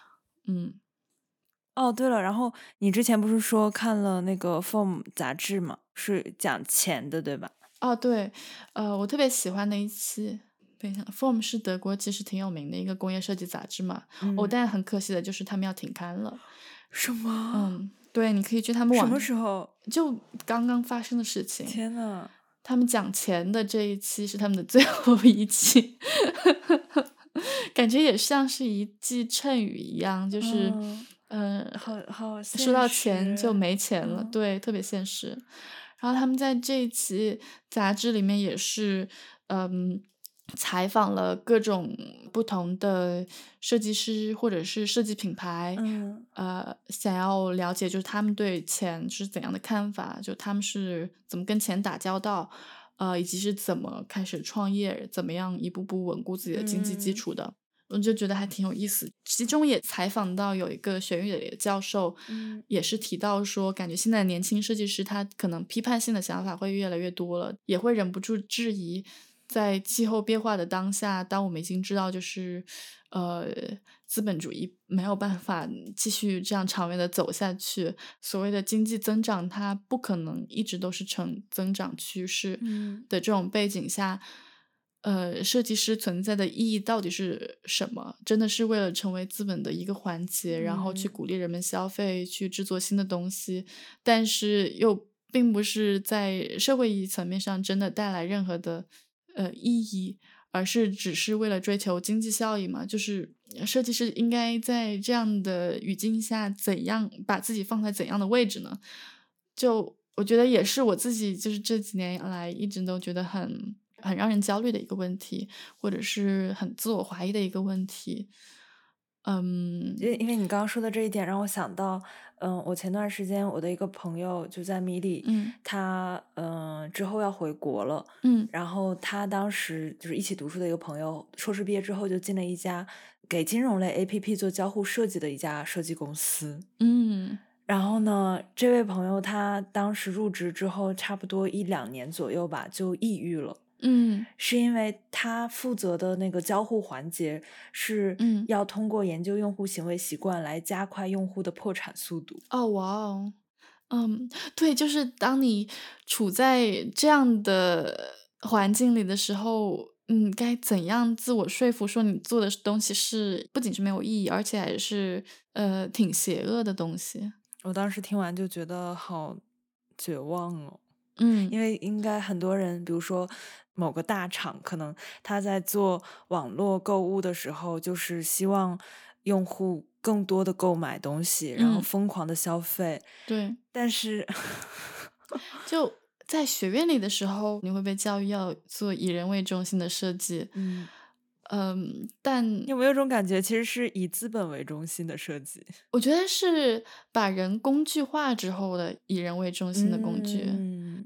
哦，对了，然后你之前不是说看了那个 Form 杂志吗？是讲钱的，对吧？ 哦，对，我特别喜欢的一期。等一下 Form 是德国其实挺有名的一个工业设计杂志嘛。但很可惜的就是他们要停刊了。 什么？ 对，你可以去他们什么时候？ 就刚刚发生的事情。 天呐， 他们讲钱的这一期是他们的最后一期。感觉也像是一记谶语一样，就是好说到钱现实就没钱了。对，特别现实。然后他们在这一期杂志里面也是采访了各种不同的设计师或者是设计品牌，想要了解就是他们对钱是怎样的看法，就他们是怎么跟钱打交道，以及是怎么开始创业，怎么样一步步稳固自己的经济基础的。我就觉得还挺有意思。其中也采访到有一个学院里的教授，也是提到说，感觉现在的年轻设计师他可能批判性的想法会越来越多了，也会忍不住质疑，在气候变化的当下，当我们已经知道就是资本主义没有办法继续这样长远的走下去，所谓的经济增长它不可能一直都是呈增长趋势的这种背景下，设计师存在的意义到底是什么？真的是为了成为资本的一个环节，然后去鼓励人们消费，去制作新的东西，但是又并不是在社会意义层面上真的带来任何的意义，而是只是为了追求经济效益嘛？就是设计师应该在这样的语境下，怎样把自己放在怎样的位置呢？就我觉得也是我自己就是这几年来一直都觉得很让人焦虑的一个问题，或者是很自我怀疑的一个问题。 因为你刚刚说的这一点让我想到，我前段时间我的一个朋友就在米里，他之后要回国了，然后他当时就是一起读书的一个朋友，硕士毕业之后就进了一家给金融类 APP 做交互设计的一家设计公司，然后呢，这位朋友他当时入职之后，差不多1-2年左右吧，就抑郁了。是因为他负责的那个交互环节是要通过研究用户行为习惯来加快用户的破产速度。 哦，哇哦，对，就是当你处在这样的环境里的时候，该怎样自我说服说你做的东西是不仅是没有意义，而且还是挺邪恶的东西。 我当时听完就觉得好绝望哦。因嗯为应该很多人，比如说某个大厂，可能他在做网络购物的时候，就是希望用户更多的购买东西，然后疯狂的消费。 对， 但是就在学院里的时候，你会被教育要做以人为中心的设计。但有没有种感觉，其实是以资本为中心的设计？ 我觉得是把人工具化之后的以人为中心的工具。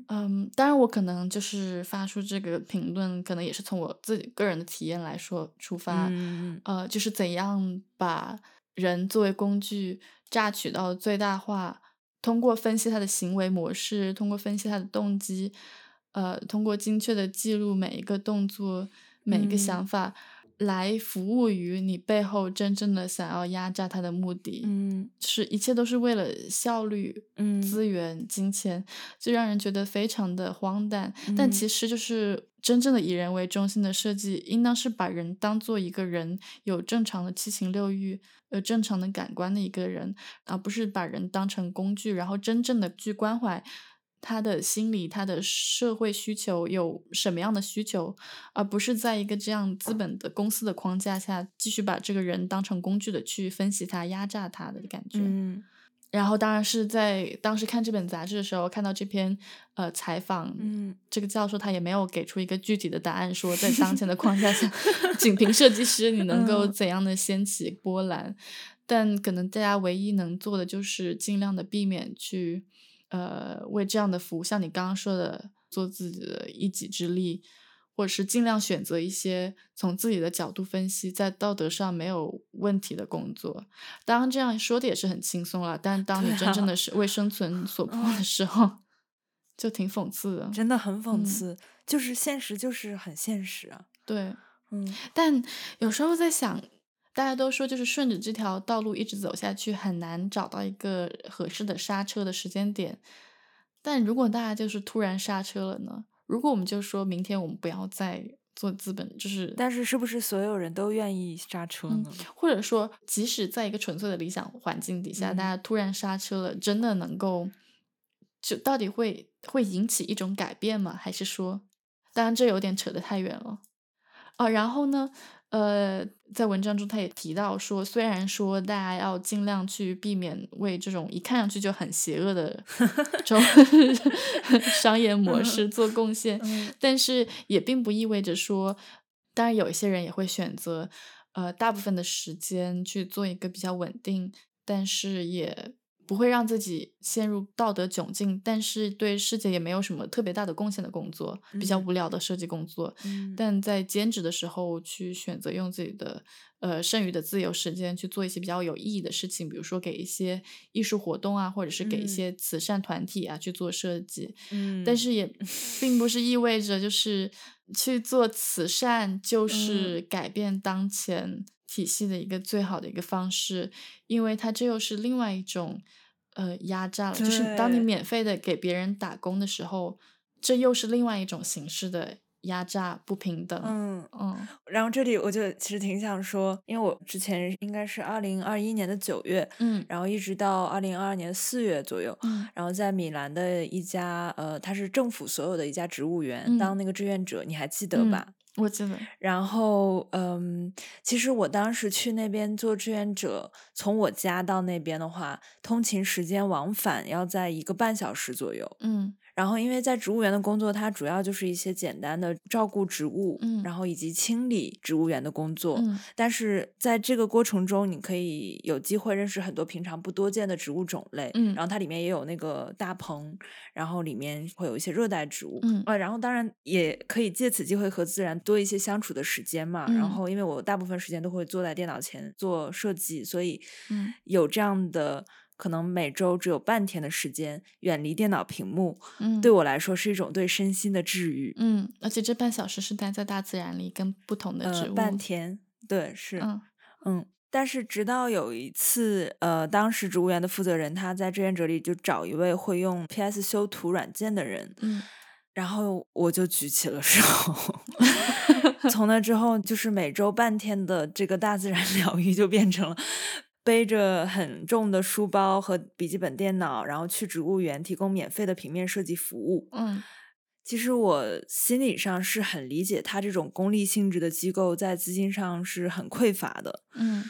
当然我可能就是发出这个评论，可能也是从我自己个人的体验来说出发，就是怎样把人作为工具榨取到最大化，通过分析他的行为模式，通过分析他的动机，通过精确的记录每一个动作、每一个想法，来服务于你背后真正的想要压榨他的目的。是一切都是为了效率、资源、金钱，就让人觉得非常的荒诞。但其实就是真正的以人为中心的设计，应当是把人当做一个人，有正常的七情六欲，正常的感官的一个人，而不是把人当成工具，然后真正的去关怀他的心理、他的社会需求有什么样的需求，而不是在一个这样资本的公司的框架下，继续把这个人当成工具的去分析他、压榨他的感觉。然后当然是在当时看这本杂志的时候，看到这篇采访，这个教授他也没有给出一个具体的答案，说在当前的框架下，仅凭设计师你能够怎样的掀起波澜，但可能大家唯一能做的就是尽量的避免去为这样的服务，像你刚刚说的，做自己的一己之力，或者是尽量选择一些从自己的角度分析，在道德上没有问题的工作。当然这样说的也是很轻松了，但当你真正的是为生存所迫的时候，就挺讽刺的。 真的很讽刺，就是现实就是很现实啊。 对，但有时候在想，大家都说就是顺着这条道路一直走下去，很难找到一个合适的刹车的时间点。但如果大家就是突然刹车了呢？如果我们就说明天我们不要再做资本，就是但是是不是所有人都愿意刹车呢？ 或者说，即使在一个纯粹的理想环境底下，大家突然刹车了，真的能够就到底会引起一种改变吗？还是说，当然这有点扯得太远了。然后呢，在文章中他也提到说，虽然说大家要尽量去避免为这种一看上去就很邪恶的这种商业模式做贡献，但是也并不意味着说，当然有一些人也会选择，大部分的时间去做一个比较稳定，但是也不会让自己陷入道德窘境，但是对世界也没有什么特别大的贡献的工作，比较无聊的设计工作。但在兼职的时候，去选择用自己的剩余的自由时间去做一些比较有意义的事情，比如说给一些艺术活动啊，或者是给一些慈善团体啊去做设计。但是也并不是意味着就是去做慈善就是改变当前体系的一个最好的一个方式，因为它这又是另外一种压榨了。就是当你免费的给别人打工的时候，这又是另外一种形式的压榨、不平等。 然后这里我就其实挺想说，因为我之前应该是2021年的9月，然后一直到2022年4月左右，然后在米兰的一家他是政府所有的一家植物园，当那个志愿者，你还记得吧？ 我记得。 然后其实我当时去那边做志愿者，从我家到那边的话，通勤时间往返要在1个半小时左右。然后因为在植物园的工作，它主要就是一些简单的照顾植物，然后以及清理植物园的工作。但是在这个过程中，你可以有机会认识很多平常不多见的植物种类。然后它里面也有那个大棚，然后里面会有一些热带植物。然后当然也可以借此机会和自然多一些相处的时间嘛。然后因为我大部分时间都会坐在电脑前做设计，所以有这样的可能每周只有半天的时间远离电脑屏幕，对我来说是一种对身心的治愈。 而且这半小时是待在大自然里跟不同的植物。 半天，对，是。但是直到有一次当时植物园的负责人他在志愿者里就找一位会用 PS 修图软件的人，然后我就举起了手。从那之后，就是每周半天的这个大自然疗愈就变成了背着很重的书包和笔记本电脑，然后去植物园提供免费的平面设计服务。其实我心理上是很理解他这种功利性质的机构在资金上是很匮乏的。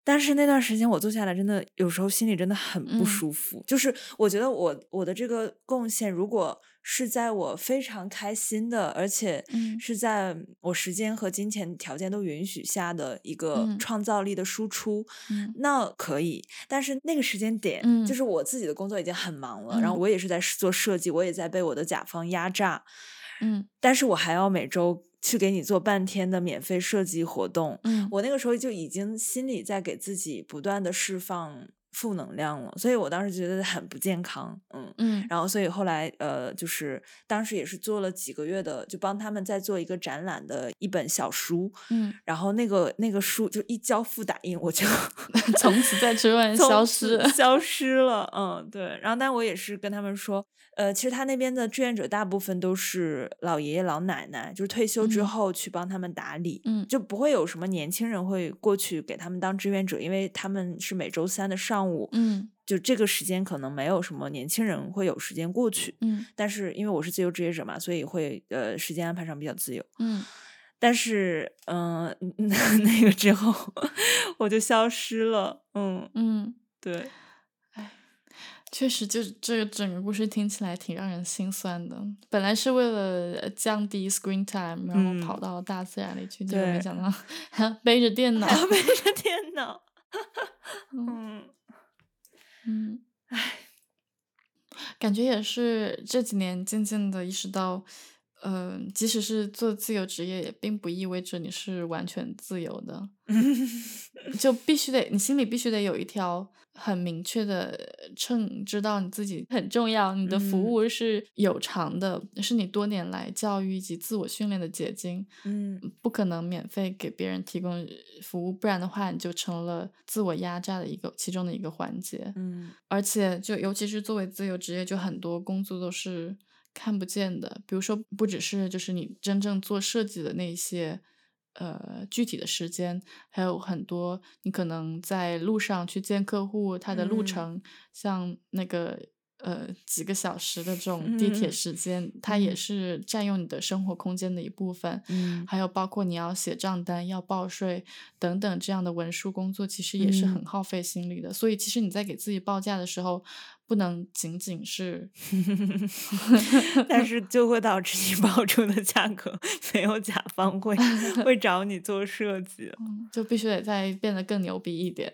但是那段时间我做下来，真的有时候心里真的很不嗯舒服。就是我觉得我的这个贡献，如果是在我非常开心的，而且嗯是在我时间和金钱条件都允许下的一个嗯创造力的输出， 嗯那可以。但是那个时间点，就嗯是我自己的工作已经很忙了，然后嗯我也是在做设计，我也在被我的甲方压榨， 嗯但是我还要每周去给你做半天的免费设计活动， 嗯我那个时候就已经心里在给自己不断的释放负能量了，所以我当时觉得很不健康， 嗯然后所以后来就是当时也是做了几个月的，就帮他们在做一个展览的一本小书， 嗯， 然后那个书就一交付打印，我就从此在春晚消从失此。消失了，对。然后但我也是跟他们说，其实他那边的志愿者大部分都是老爷爷老奶奶，就是退休之嗯后去帮他们打理， 嗯就不会有什么年轻人会过去给他们当志愿者，因为他们是每周三的上午， 嗯就这个时间可能没有什么年轻人会有时间过去， 嗯但是因为我是自由职业者嘛，所以会时间安排上比较自由。 嗯但是那个之后我就消失了， 嗯， 对。 哎，确实就是这个整个故事听起来挺让人心酸的。本来是为了降低 screen time，然后跑到大自然里去，结果没对想到还要背着电脑。 还要背着电脑， 嗯嗯， 嗯，感觉也是这几年渐渐的意识到，即使是做自由职业，也并不意味着你是完全自由的。就必须得，你心里必须得有一条很明确的秤，知道你自己很重要，你的服务是有偿的，是你多年来教育以及自我训练的结晶。不可能免费给别人提供服务，不然的话你就成了自我压榨的其中的一个环节。而且就尤其是作为自由职业，就很多工作都是看不见的，比如说不只是就是你真正做设计的那些具体的时间，还有很多你可能在路上去见客户，他的路程，像那个几个小时的这种地铁时间，它也是占用你的生活空间的一部分。还有包括你要写账单、要报税等等这样的文书工作，其实也是很耗费心力的。所以其实你在给自己报价的时候，不能仅仅是但是就会导致你报出的价格没有甲方会找你做设计， 就必须得再变得更牛逼一点。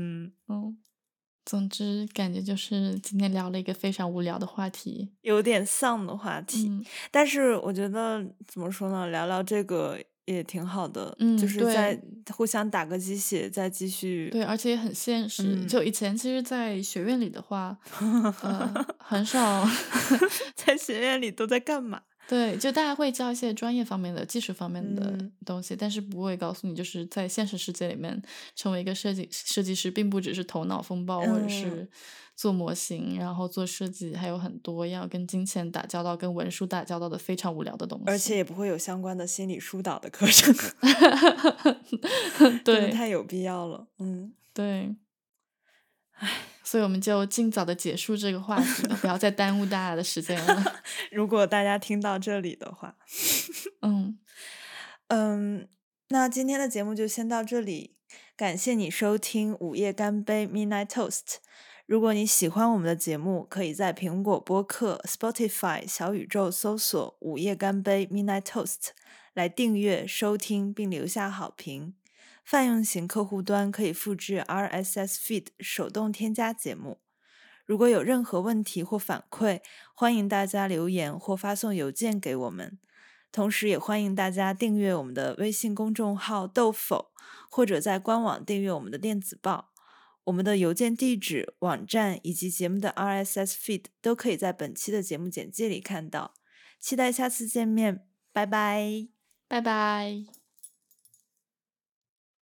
总之感觉就是今天聊了一个非常无聊的话题， 有点丧的话题，但是我觉得怎么说呢，聊聊这个也挺好的，就是在互相打个鸡血，再继续。 对，而且也很现实。就以前其实在学院里的话，很少在学院里都在干嘛？ 对，就大家会教一些专业方面的、技术方面的东西，但是不会告诉你，就是在现实世界里面成为一个设计师，并不只是头脑风暴，或者是做模型，然后做设计，还有很多要跟金钱打交道、跟文书打交道的非常无聊的东西， 而且也不会有相关的心理疏导的课程， 对， 真的太有必要了， 对。所以我们就尽早的结束这个话题吧，不要再耽误大家的时间了。 如果大家听到这里的话，那今天的节目就先到这里，感谢你收听午夜干杯 Midnight Toast。如果你喜欢我们的节目，可以在苹果播客、Spotify、小宇宙搜索午夜干杯 Midnight Toast 来订阅、收听并留下好评。泛用型客户端可以复制 RSS feed 手动添加节目。如果有任何问题或反馈，欢迎大家留言或发送邮件给我们。同时也欢迎大家订阅我们的微信公众号豆否，或者在官网订阅我们的电子报。我们的邮件地址、网站以及节目的 RSS feed 都可以在本期的节目简介里看到。期待下次见面，拜拜。 拜拜。